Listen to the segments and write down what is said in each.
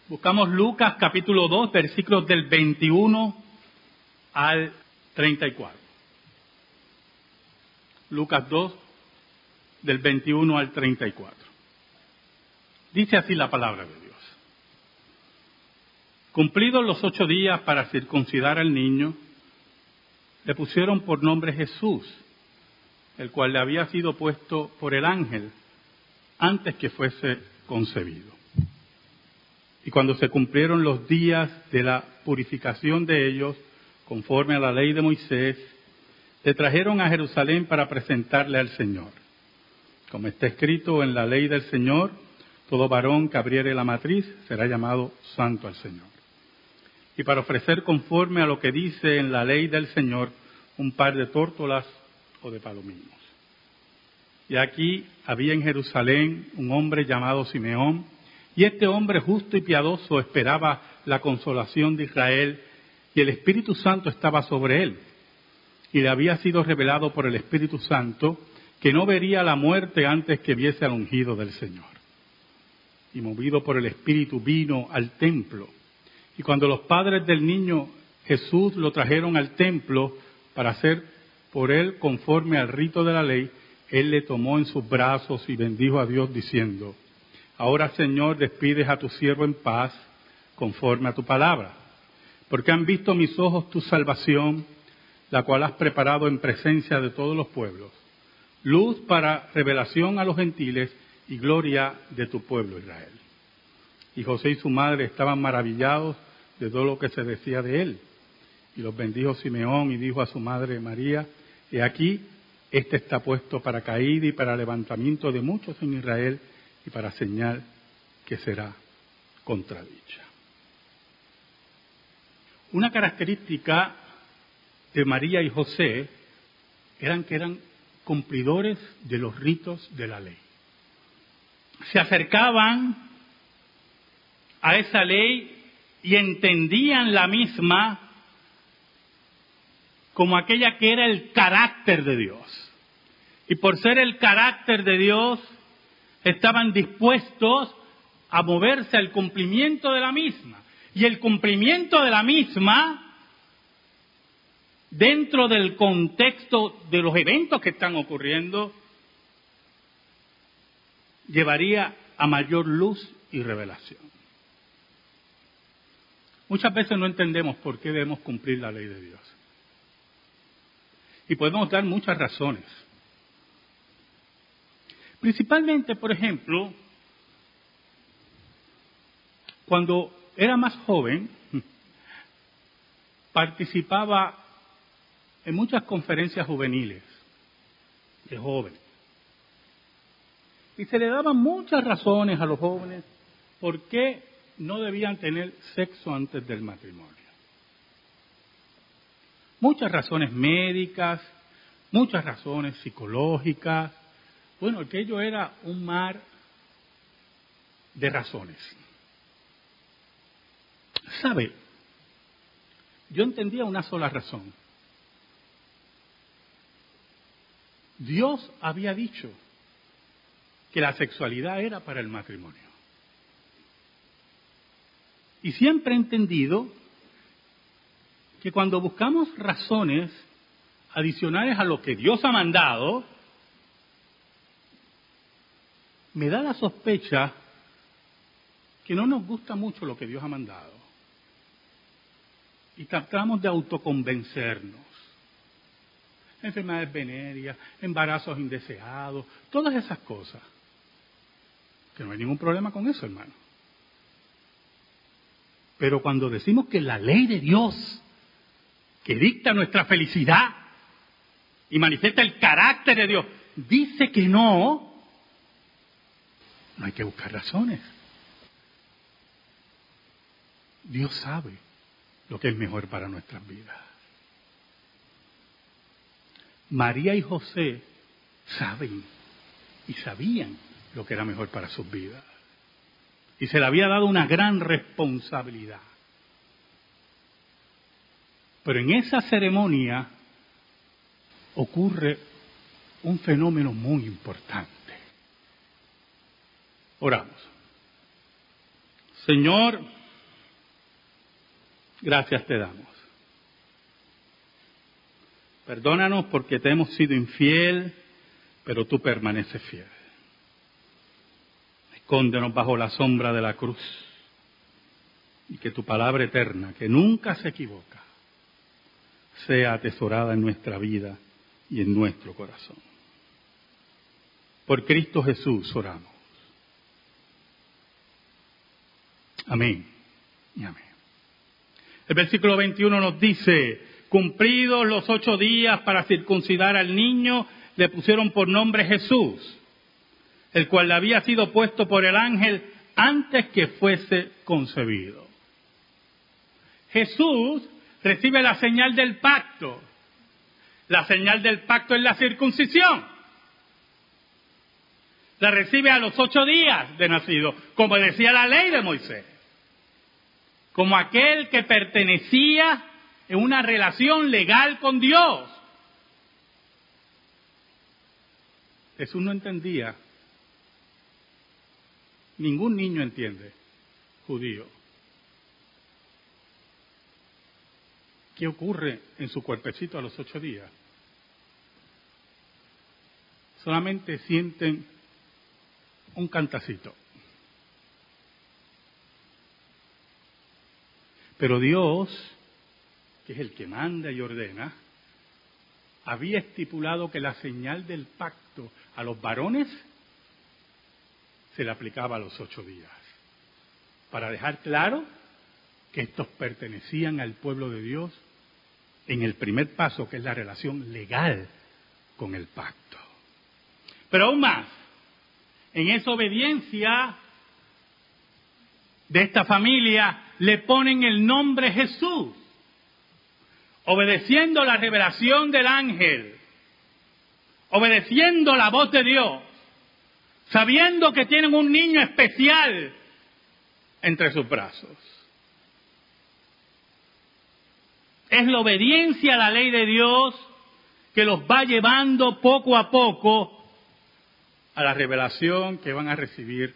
Buscamos Lucas capítulo 2, versículos del 21 al 34. Lucas 2, del 21 al 34. Dice así la palabra de Dios. Cumplidos los 8 días para circuncidar al niño, le pusieron por nombre Jesús, el cual le había sido puesto por el ángel antes que fuese concebido. Y cuando se cumplieron los días de la purificación de ellos, conforme a la ley de Moisés, le trajeron a Jerusalén para presentarle al Señor. Como está escrito en la ley del Señor, todo varón que abriere la matriz será llamado santo al Señor. Y para ofrecer conforme a lo que dice en la ley del Señor, un par de tórtolas o de palomillos. Y aquí había en Jerusalén un hombre llamado Simeón, y este hombre justo y piadoso esperaba la consolación de Israel, y el Espíritu Santo estaba sobre él. Y le había sido revelado por el Espíritu Santo que no vería la muerte antes que viese al ungido del Señor. Y movido por el Espíritu vino al templo. Y cuando los padres del niño Jesús lo trajeron al templo para hacer por él conforme al rito de la ley, él le tomó en sus brazos y bendijo a Dios diciendo: Ahora, Señor, despides a tu siervo en paz, conforme a tu palabra, porque han visto mis ojos tu salvación, la cual has preparado en presencia de todos los pueblos, luz para revelación a los gentiles y gloria de tu pueblo Israel. Y José y su madre estaban maravillados de todo lo que se decía de él. Y los bendijo Simeón y dijo a su madre María: He aquí, este está puesto para caída y para levantamiento de muchos en Israel, y para señal que será contradicha. Una característica de María y José eran que eran cumplidores de los ritos de la ley. Se acercaban a esa ley y entendían la misma como aquella que era el carácter de Dios. Y por ser el carácter de Dios, estaban dispuestos a moverse al cumplimiento de la misma. Y el cumplimiento de la misma, dentro del contexto de los eventos que están ocurriendo, llevaría a mayor luz y revelación. Muchas veces no entendemos por qué debemos cumplir la ley de Dios. Y podemos dar muchas razones. Principalmente, por ejemplo, cuando era más joven, participaba en muchas conferencias juveniles de jóvenes. Y se le daban muchas razones a los jóvenes por qué no debían tener sexo antes del matrimonio. Muchas razones médicas, muchas razones psicológicas. Bueno, aquello era un mar de razones. ¿Sabe? Yo entendía una sola razón. Dios había dicho que la sexualidad era para el matrimonio. Y siempre he entendido que cuando buscamos razones adicionales a lo que Dios ha mandado, me da la sospecha que no nos gusta mucho lo que Dios ha mandado. Y tratamos de autoconvencernos. Enfermedades venéreas, embarazos indeseados, todas esas cosas. Que no hay ningún problema con eso, hermano. Pero cuando decimos que la ley de Dios, que dicta nuestra felicidad y manifiesta el carácter de Dios, dice que no hay que buscar razones. Dios sabe lo que es mejor para nuestras vidas. María y José saben y sabían lo que era mejor para sus vidas. Y se le había dado una gran responsabilidad. Pero en esa ceremonia ocurre un fenómeno muy importante. Oramos. Señor, gracias te damos. Perdónanos porque te hemos sido infiel, pero tú permaneces fiel. Escóndenos bajo la sombra de la cruz y que tu palabra eterna, que nunca se equivoca, sea atesorada en nuestra vida y en nuestro corazón. Por Cristo Jesús oramos. Amén y amén. El versículo 21 nos dice: cumplidos los 8 días para circuncidar al niño, le pusieron por nombre Jesús, el cual le había sido puesto por el ángel antes que fuese concebido. Jesús recibe la señal del pacto. La señal del pacto es la circuncisión. La recibe a los 8 días de nacido, como decía la ley de Moisés. Como aquel que pertenecía en una relación legal con Dios. Jesús no entendía. Ningún niño entiende, judío, ¿qué ocurre en su cuerpecito a los 8 días? Solamente sienten un cantacito. Pero Dios, que es el que manda y ordena, había estipulado que la señal del pacto a los varones se le aplicaba a los 8 días, para dejar claro que estos pertenecían al pueblo de Dios en el primer paso, que es la relación legal con el pacto. Pero aún más, en esa obediencia de esta familia le ponen el nombre Jesús, obedeciendo la revelación del ángel, obedeciendo la voz de Dios, sabiendo que tienen un niño especial entre sus brazos. Es la obediencia a la ley de Dios que los va llevando poco a poco a la revelación que van a recibir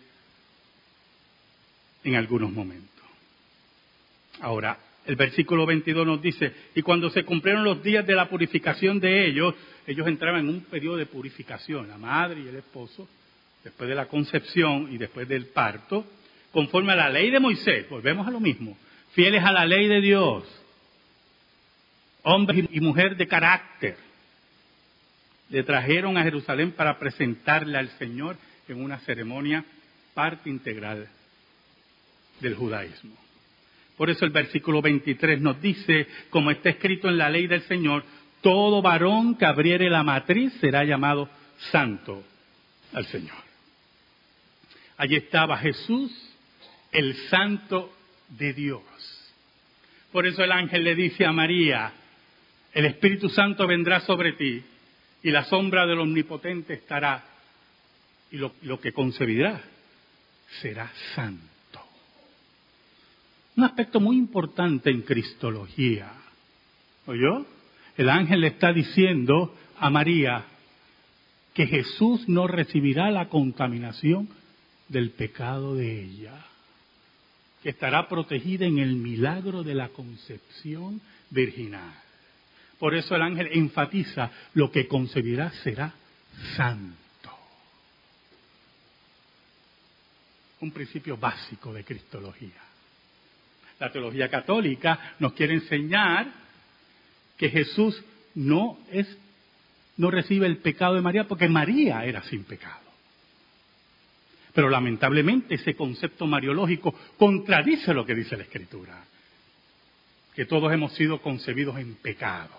en algunos momentos. Ahora, el versículo 22 nos dice: y cuando se cumplieron los días de la purificación de ellos entraban en un periodo de purificación, la madre y el esposo, después de la concepción y después del parto, conforme a la ley de Moisés. Volvemos a lo mismo, fieles a la ley de Dios, hombre y mujer de carácter, le trajeron a Jerusalén para presentarle al Señor en una ceremonia parte integral del judaísmo. Por eso el versículo 23 nos dice, como está escrito en la ley del Señor: todo varón que abriere la matriz será llamado santo al Señor. Allí estaba Jesús, el santo de Dios. Por eso el ángel le dice a María: el Espíritu Santo vendrá sobre ti y la sombra del Omnipotente estará, y lo que concebirá será santo. Un aspecto muy importante en cristología. ¿Oyó? El ángel le está diciendo a María que Jesús no recibirá la contaminación del pecado de ella, que estará protegida en el milagro de la concepción virginal. Por eso el ángel enfatiza: lo que concebirá será santo. Un principio básico de cristología. La teología católica nos quiere enseñar que Jesús no recibe el pecado de María porque María era sin pecado. Pero lamentablemente ese concepto mariológico contradice lo que dice la Escritura, que todos hemos sido concebidos en pecado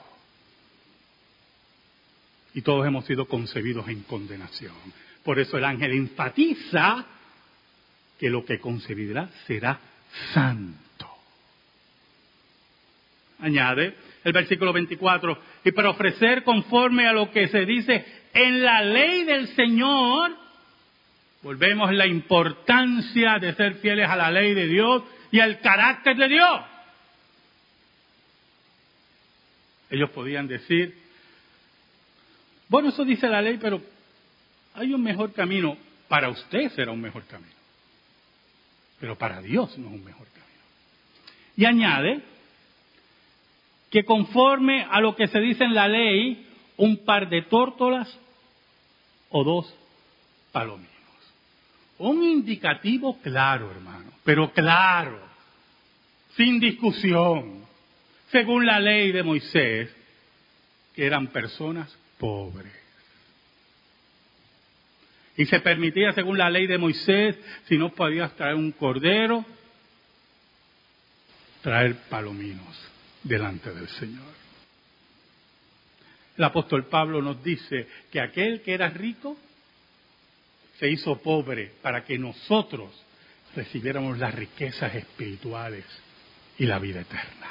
y todos hemos sido concebidos en condenación. Por eso el ángel enfatiza que lo que concebirá será santo. Añade el versículo 24: y para ofrecer conforme a lo que se dice en la ley del Señor. Volvemos a la importancia de ser fieles a la ley de Dios y al carácter de Dios. Ellos podían decir: bueno, eso dice la ley, pero hay un mejor camino. Para usted será un mejor camino, pero para Dios no es un mejor camino. Y añade que conforme a lo que se dice en la ley, un par de tórtolas o 2 palominos. Un indicativo claro, hermano, pero claro, sin discusión, según la ley de Moisés, que eran personas pobres. Y se permitía, según la ley de Moisés, si no podías traer un cordero, traer palominos delante del Señor. El apóstol Pablo nos dice que aquel que era rico se hizo pobre para que nosotros recibiéramos las riquezas espirituales y la vida eterna.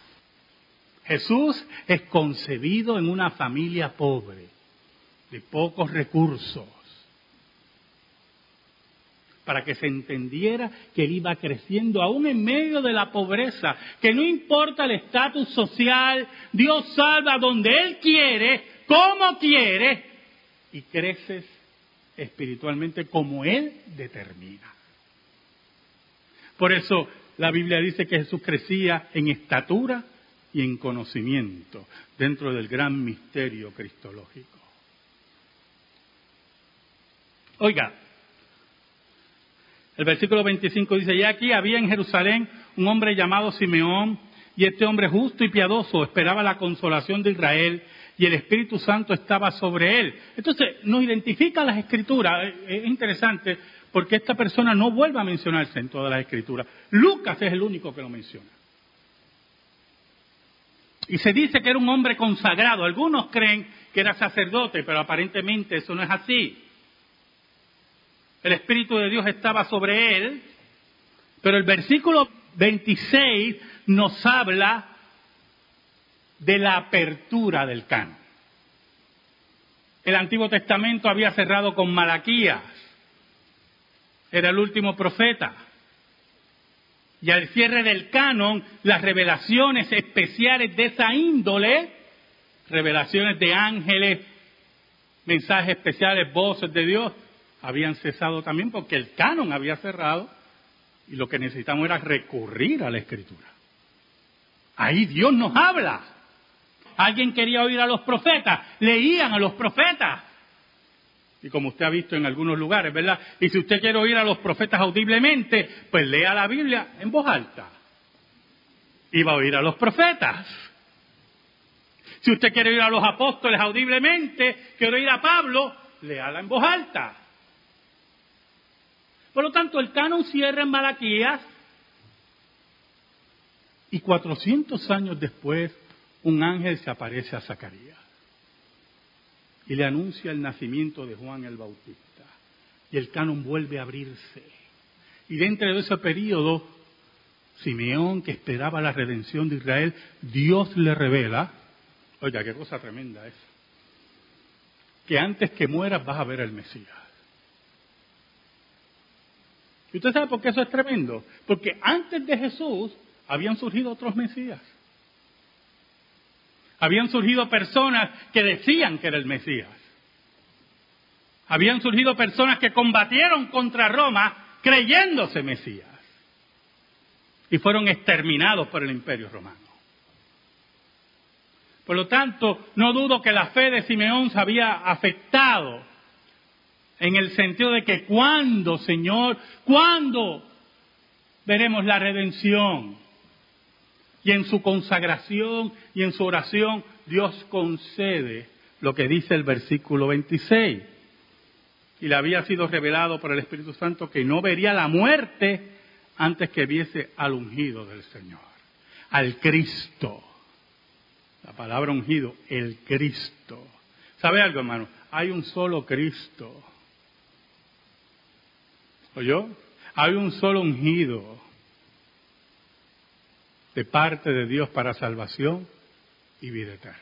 Jesús es concebido en una familia pobre, de pocos recursos, para que se entendiera que él iba creciendo aún en medio de la pobreza, que no importa el estatus social, Dios salva donde Él quiere, como quiere, y creces espiritualmente como Él determina. Por eso la Biblia dice que Jesús crecía en estatura y en conocimiento dentro del gran misterio cristológico. Oiga, el versículo 25 dice, y aquí había en Jerusalén un hombre llamado Simeón, y este hombre justo y piadoso esperaba la consolación de Israel, y el Espíritu Santo estaba sobre él. Entonces, nos identifica las Escrituras. Es interesante, porque esta persona no vuelve a mencionarse en todas las Escrituras. Lucas es el único que lo menciona. Y se dice que era un hombre consagrado. Algunos creen que era sacerdote, pero aparentemente eso no es así. El Espíritu de Dios estaba sobre él, pero el versículo 26 nos habla de la apertura del canon. El Antiguo Testamento había cerrado con Malaquías, era el último profeta. Y al cierre del canon, las revelaciones especiales de esa índole, revelaciones de ángeles, mensajes especiales, voces de Dios, habían cesado también porque el canon había cerrado y lo que necesitamos era recurrir a la Escritura. Ahí Dios nos habla. Alguien quería oír a los profetas, leían a los profetas. Y como usted ha visto en algunos lugares, ¿verdad? Y si usted quiere oír a los profetas audiblemente, pues lea la Biblia en voz alta. Y va a oír a los profetas. Si usted quiere oír a los apóstoles audiblemente, quiere oír a Pablo, léala en voz alta. Por lo tanto, el canon cierra en Malaquías y 400 años después un ángel se aparece a Zacarías y le anuncia el nacimiento de Juan el Bautista. Y el canon vuelve a abrirse. Y dentro de ese periodo, Simeón, que esperaba la redención de Israel, Dios le revela, oiga, qué cosa tremenda es, que antes que mueras vas a ver al Mesías. ¿Y usted sabe por qué eso es tremendo? Porque antes de Jesús habían surgido otros Mesías. Habían surgido personas que decían que era el Mesías. Habían surgido personas que combatieron contra Roma creyéndose Mesías. Y fueron exterminados por el Imperio Romano. Por lo tanto, no dudo que la fe de Simeón se había afectado en el sentido de que ¿cuándo, Señor? ¿Cuándo veremos la redención? Y en su consagración y en su oración, Dios concede lo que dice el versículo 26. Y le había sido revelado por el Espíritu Santo que no vería la muerte antes que viese al ungido del Señor, al Cristo. La palabra ungido, el Cristo. ¿Sabe algo, hermano? Hay un solo Cristo. ¿Oyó? Hay un solo ungido de parte de Dios para salvación y vida eterna.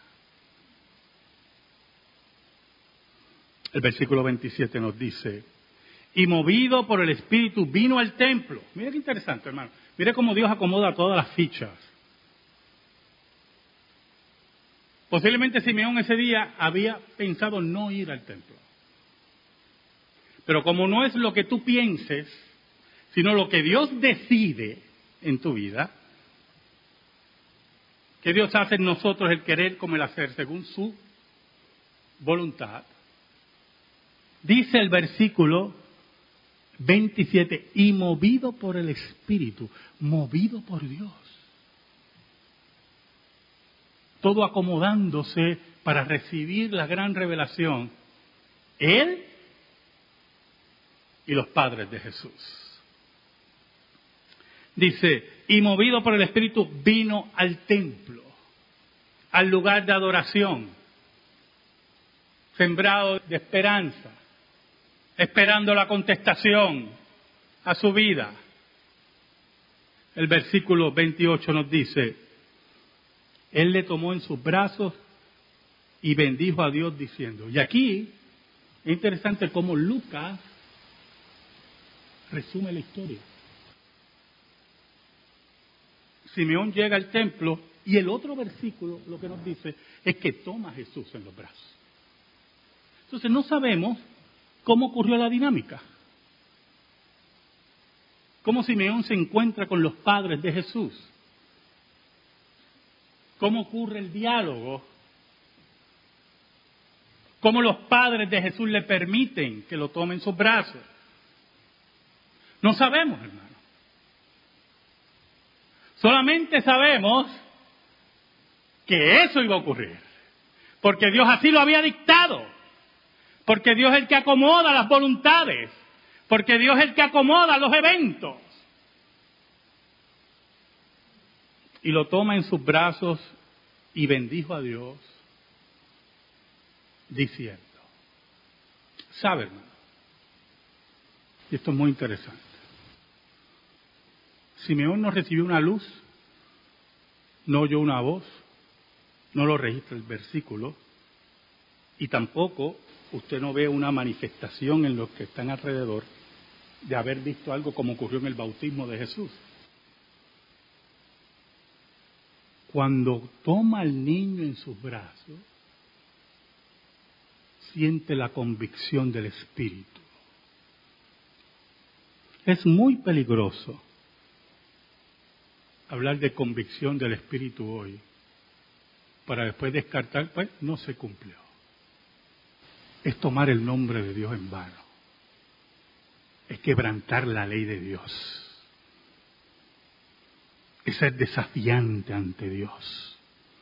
El versículo 27 nos dice, y movido por el Espíritu vino al templo. Mire qué interesante, hermano. Mire cómo Dios acomoda todas las fichas. Posiblemente Simeón ese día había pensado no ir al templo. Pero como no es lo que tú pienses, sino lo que Dios decide en tu vida, que Dios hace en nosotros el querer como el hacer, según su voluntad. Dice el versículo 27, y movido por el Espíritu, movido por Dios. Todo acomodándose para recibir la gran revelación. Él y los padres de Jesús. Dice, y movido por el Espíritu vino al templo, al lugar de adoración, sembrado de esperanza, esperando la contestación a su vida. El versículo 28 nos dice, Él le tomó en sus brazos y bendijo a Dios diciendo. Y aquí es interesante cómo Lucas resume la historia. Simeón llega al templo y el otro versículo lo que nos dice es que toma a Jesús en los brazos. Entonces no sabemos cómo ocurrió la dinámica. Cómo Simeón se encuentra con los padres de Jesús. Cómo ocurre el diálogo. Cómo los padres de Jesús le permiten que lo tome en sus brazos. No sabemos, hermano. Solamente sabemos que eso iba a ocurrir. Porque Dios así lo había dictado. Porque Dios es el que acomoda las voluntades. Porque Dios es el que acomoda los eventos. Y lo toma en sus brazos y bendijo a Dios diciendo. ¿Sabe, hermano? Y esto es muy interesante. Simeón no recibió una luz, no oyó una voz, no lo registra el versículo, y tampoco usted no ve una manifestación en los que están alrededor de haber visto algo como ocurrió en el bautismo de Jesús. Cuando toma al niño en sus brazos, siente la convicción del Espíritu. Es muy peligroso hablar de convicción del Espíritu hoy, para después descartar, pues no se cumplió. Es tomar el nombre de Dios en vano. Es quebrantar la ley de Dios. Es ser desafiante ante Dios.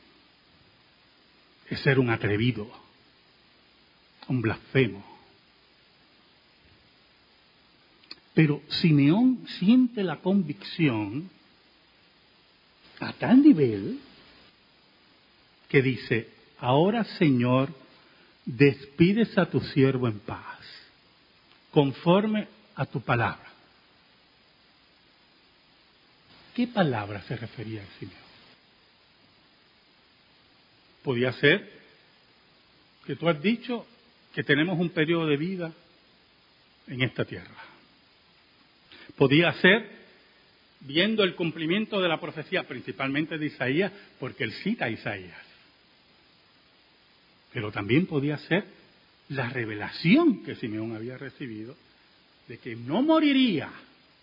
Es ser un atrevido, un blasfemo. Pero Simeón siente la convicción a tal nivel que dice, ahora Señor, despides a tu siervo en paz, conforme a tu palabra. ¿Qué palabra se refería a Simeón? Podía ser que tú has dicho que tenemos un periodo de vida en esta tierra. Podía ser viendo el cumplimiento de la profecía, principalmente de Isaías, porque él cita a Isaías. Pero también podía ser la revelación que Simeón había recibido de que no moriría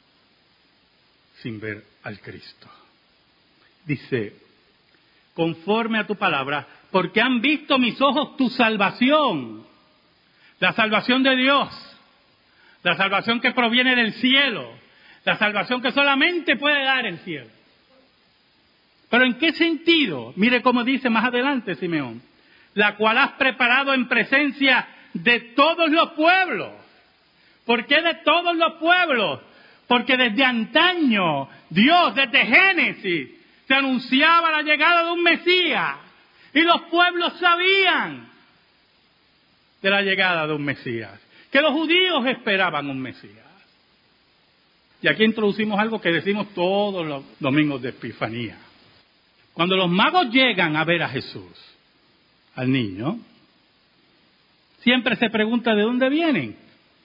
sin ver al Cristo. Dice, conforme a tu palabra, porque han visto mis ojos tu salvación, la salvación de Dios, la salvación que proviene del cielo, la salvación que solamente puede dar el cielo. ¿Pero en qué sentido? Mire cómo dice más adelante Simeón, la cual has preparado en presencia de todos los pueblos. ¿Por qué de todos los pueblos? Porque desde antaño, Dios, desde Génesis, se anunciaba la llegada de un Mesías. Y los pueblos sabían de la llegada de un Mesías. Que los judíos esperaban un Mesías. Y aquí introducimos algo que decimos todos los domingos de Epifanía. Cuando los magos llegan a ver a Jesús, al niño, siempre se pregunta de dónde vienen.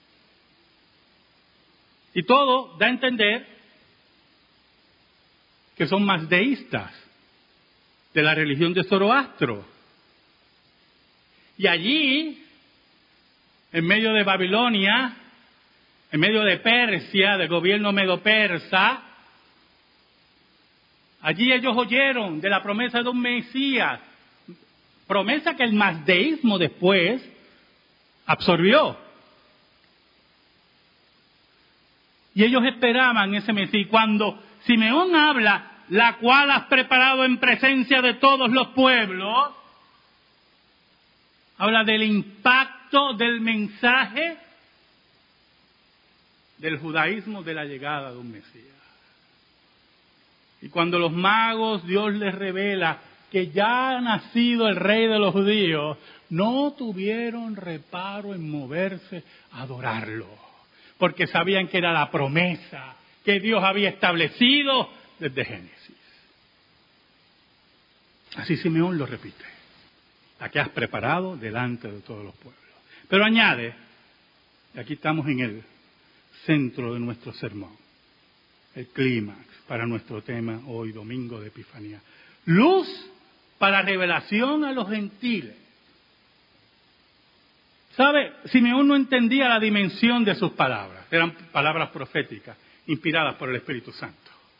Y todo da a entender que son mazdeístas de la religión de Zoroastro. Y allí, en medio de Babilonia, en medio de Persia, del gobierno medo-persa, Allí ellos oyeron de la promesa de un Mesías, promesa que el mazdeísmo después absorbió. Y ellos esperaban ese Mesías. Y cuando Simeón habla, la cual has preparado en presencia de todos los pueblos, habla del impacto del mensaje del judaísmo de la llegada de un Mesías. Y cuando los magos, Dios les revela que ya ha nacido el rey de los judíos, no tuvieron reparo en moverse a adorarlo, porque sabían que era la promesa que Dios había establecido desde Génesis. Así Simeón lo repite, la que has preparado delante de todos los pueblos. Pero añade, y aquí estamos en el centro de nuestro sermón, el clímax para nuestro tema hoy, domingo de Epifanía. Luz para revelación a los gentiles. ¿Sabe? Simeón no entendía la dimensión de sus palabras. Eran palabras proféticas, inspiradas por el Espíritu Santo.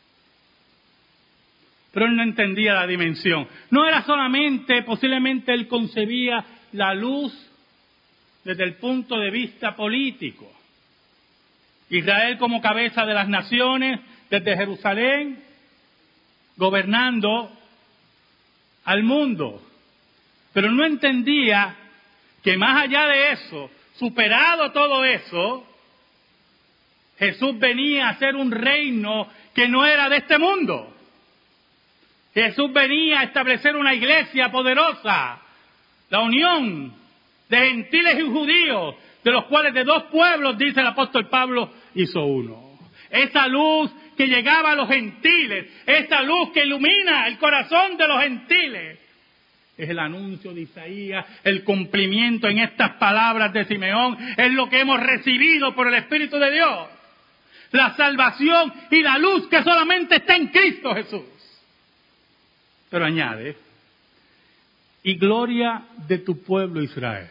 Pero él no entendía la dimensión. No era solamente, posiblemente él concebía la luz desde el punto de vista político. Israel como cabeza de las naciones, desde Jerusalén, gobernando al mundo. Pero no entendía que más allá de eso, superado todo eso, Jesús venía a hacer un reino que no era de este mundo. Jesús venía a establecer una iglesia poderosa, la unión de gentiles y judíos, de los cuales de dos pueblos, dice el apóstol Pablo, hizo uno. Esa luz que llegaba a los gentiles, esa luz que ilumina el corazón de los gentiles, es el anuncio de Isaías, el cumplimiento en estas palabras de Simeón, es lo que hemos recibido por el Espíritu de Dios. La salvación y la luz que solamente está en Cristo Jesús. Pero añade, y gloria de tu pueblo Israel.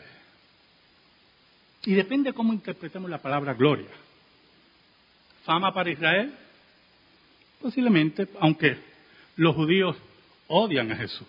Y depende cómo interpretemos la palabra gloria. Fama para Israel, posiblemente, aunque los judíos odian a Jesús.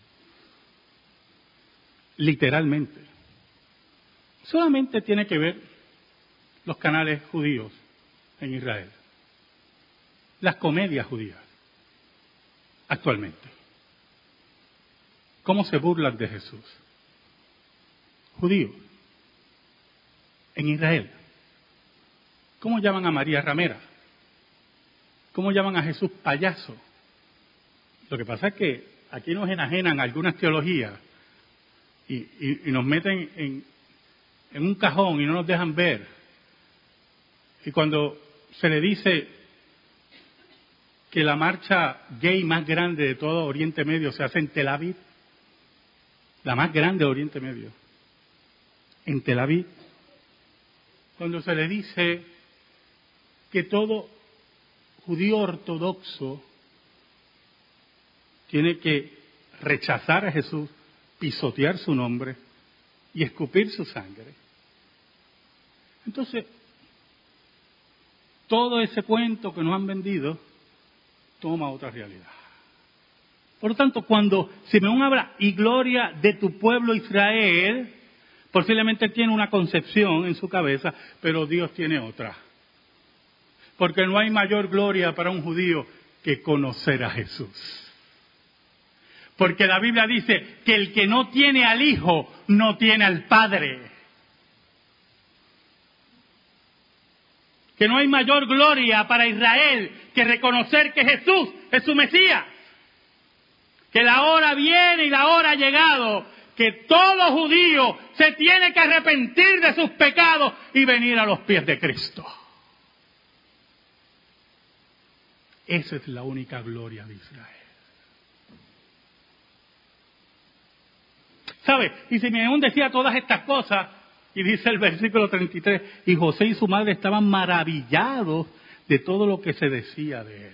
Literalmente. Solamente tiene que ver los canales judíos en Israel. Las comedias judías, actualmente. ¿Cómo se burlan de Jesús? Judíos. En Israel. ¿Cómo llaman a María ramera? ¿Cómo llaman a Jesús payaso? Lo que pasa es que aquí nos enajenan algunas teologías y nos meten en un cajón y no nos dejan ver. Y cuando se le dice que la marcha gay más grande de todo Oriente Medio se hace en Tel Aviv, la más grande de Oriente Medio, en Tel Aviv, cuando se le dice que todo judío ortodoxo tiene que rechazar a Jesús, pisotear su nombre y escupir su sangre. Entonces, todo ese cuento que nos han vendido toma otra realidad. Por lo tanto, cuando Simeón habla y gloria de tu pueblo Israel, posiblemente tiene una concepción en su cabeza, pero Dios tiene otra. Porque no hay mayor gloria para un judío que conocer a Jesús. Porque la Biblia dice que el que no tiene al Hijo, no tiene al Padre. Que no hay mayor gloria para Israel que reconocer que Jesús es su Mesías. Que la hora viene y la hora ha llegado, que todo judío se tiene que arrepentir de sus pecados y venir a los pies de Cristo. Esa es la única gloria de Israel. ¿Sabe? Y Simeón decía todas estas cosas, y dice el versículo 33, y José y su madre estaban maravillados de todo lo que se decía de él.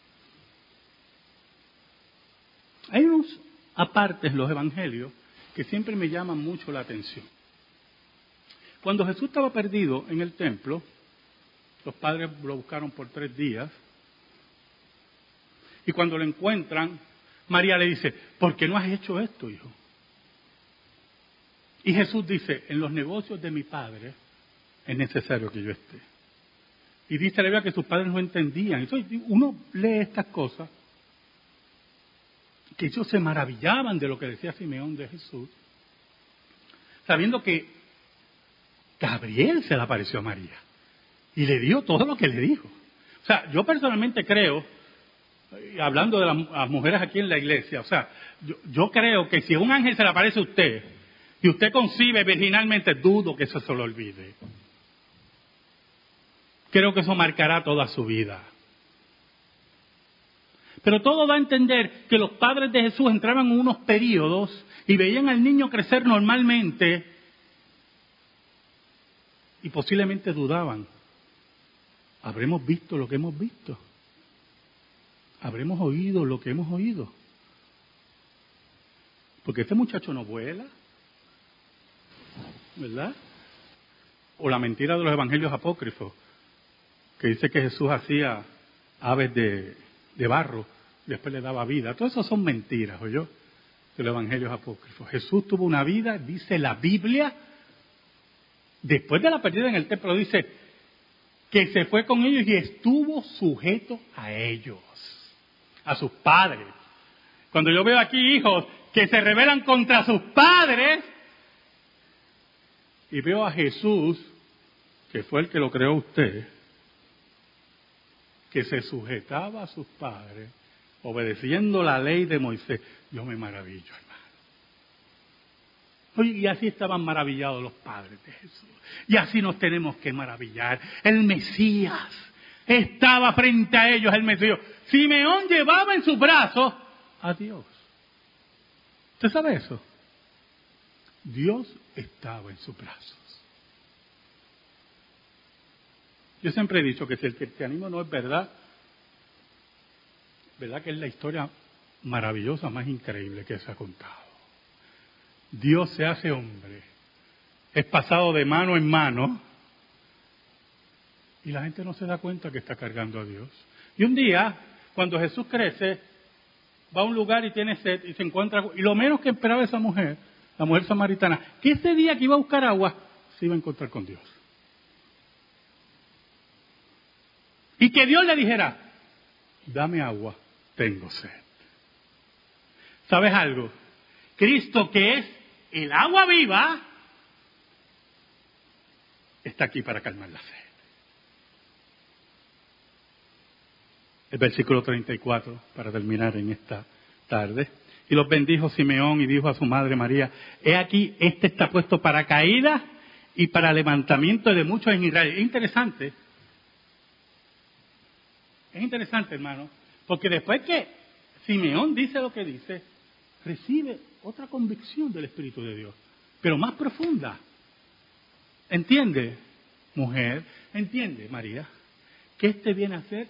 Hay unos apartes en los evangelios que siempre me llaman mucho la atención. Cuando Jesús estaba perdido en el templo, los padres lo buscaron por 3 días, Y cuando lo encuentran, María le dice, ¿por qué no has hecho esto, hijo? Y Jesús dice, en los negocios de mi Padre es necesario que yo esté. Y dice la Biblia que sus padres no entendían. Entonces uno lee estas cosas, que ellos se maravillaban de lo que decía Simeón de Jesús, sabiendo que Gabriel se le apareció a María y le dio todo lo que le dijo. O sea, yo personalmente creo, hablando de las mujeres aquí en la iglesia, o sea, yo creo que si un ángel se le aparece a usted y usted concibe virginalmente, dudo que eso se lo olvide. Creo que eso marcará toda su vida. Pero todo da a entender que los padres de Jesús entraban en unos periodos y veían al niño crecer normalmente y posiblemente dudaban. ¿Habremos visto lo que hemos visto? ¿Habremos oído lo que hemos oído? Porque este muchacho no vuela, ¿verdad? O la mentira de los evangelios apócrifos, que dice que Jesús hacía aves de barro, y después le daba vida. Todo eso son mentiras, ¿oyó? De los evangelios apócrifos. Jesús tuvo una vida, dice la Biblia, después de la pérdida en el templo, dice que se fue con ellos y estuvo sujeto a ellos, a sus padres. Cuando yo veo aquí hijos que se rebelan contra sus padres, y veo a Jesús, que fue el que lo creó a usted, que se sujetaba a sus padres, obedeciendo la ley de Moisés, yo me maravillo, hermano. Oye, y así estaban maravillados los padres de Jesús. Y así nos tenemos que maravillar. El Mesías estaba frente a ellos, el Mesías. Simeón llevaba en sus brazos a Dios. ¿Usted sabe eso? Dios estaba en sus brazos. Yo siempre he dicho que si el cristianismo no es verdad, verdad que es la historia maravillosa, más increíble que se ha contado. Dios se hace hombre, es pasado de mano en mano, y la gente no se da cuenta que está cargando a Dios. Y un día, cuando Jesús crece, va a un lugar y tiene sed, y se encuentra, y lo menos que esperaba esa mujer, la mujer samaritana, que ese día que iba a buscar agua, se iba a encontrar con Dios. Y que Dios le dijera, dame agua, tengo sed. ¿Sabes algo? Cristo, que es el agua viva, está aquí para calmar la sed. El versículo 34, para terminar en esta tarde. Y los bendijo Simeón y dijo a su madre María, he aquí, este está puesto para caída y para levantamiento de muchos en Israel. Es interesante, hermano, porque después que Simeón dice lo que dice, recibe otra convicción del Espíritu de Dios, pero más profunda. ¿Entiende, mujer? ¿Entiende, María? Que este viene a ser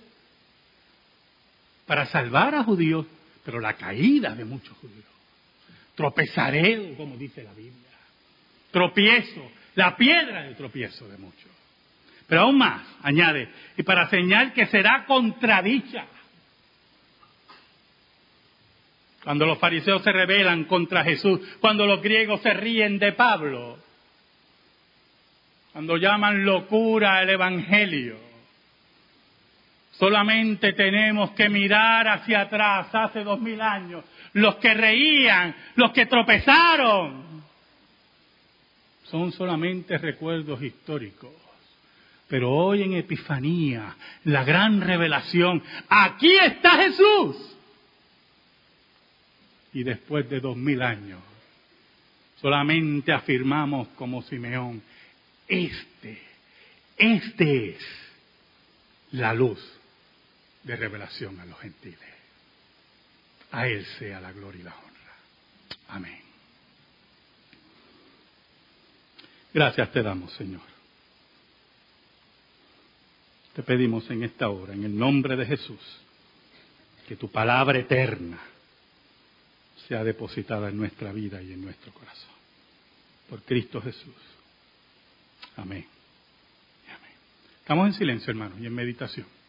para salvar a judíos, pero la caída de muchos judíos. Tropezaré, como dice la Biblia. Tropiezo, la piedra de tropiezo de muchos. Pero aún más, añade, y para señal que será contradicha. Cuando los fariseos se rebelan contra Jesús, cuando los griegos se ríen de Pablo, cuando llaman locura el Evangelio, solamente tenemos que mirar hacia atrás, hace 2000 años, los que reían, los que tropezaron, son solamente recuerdos históricos. Pero hoy en Epifanía, la gran revelación, aquí está Jesús. Y después de 2000 años, solamente afirmamos como Simeón, este es la luz de revelación a los gentiles. A Él sea la gloria y la honra. Amén. Gracias te damos, Señor. Te pedimos en esta hora, en el nombre de Jesús, que tu palabra eterna sea depositada en nuestra vida y en nuestro corazón. Por Cristo Jesús. Amén. Amén. Estamos en silencio, hermanos, y en meditación.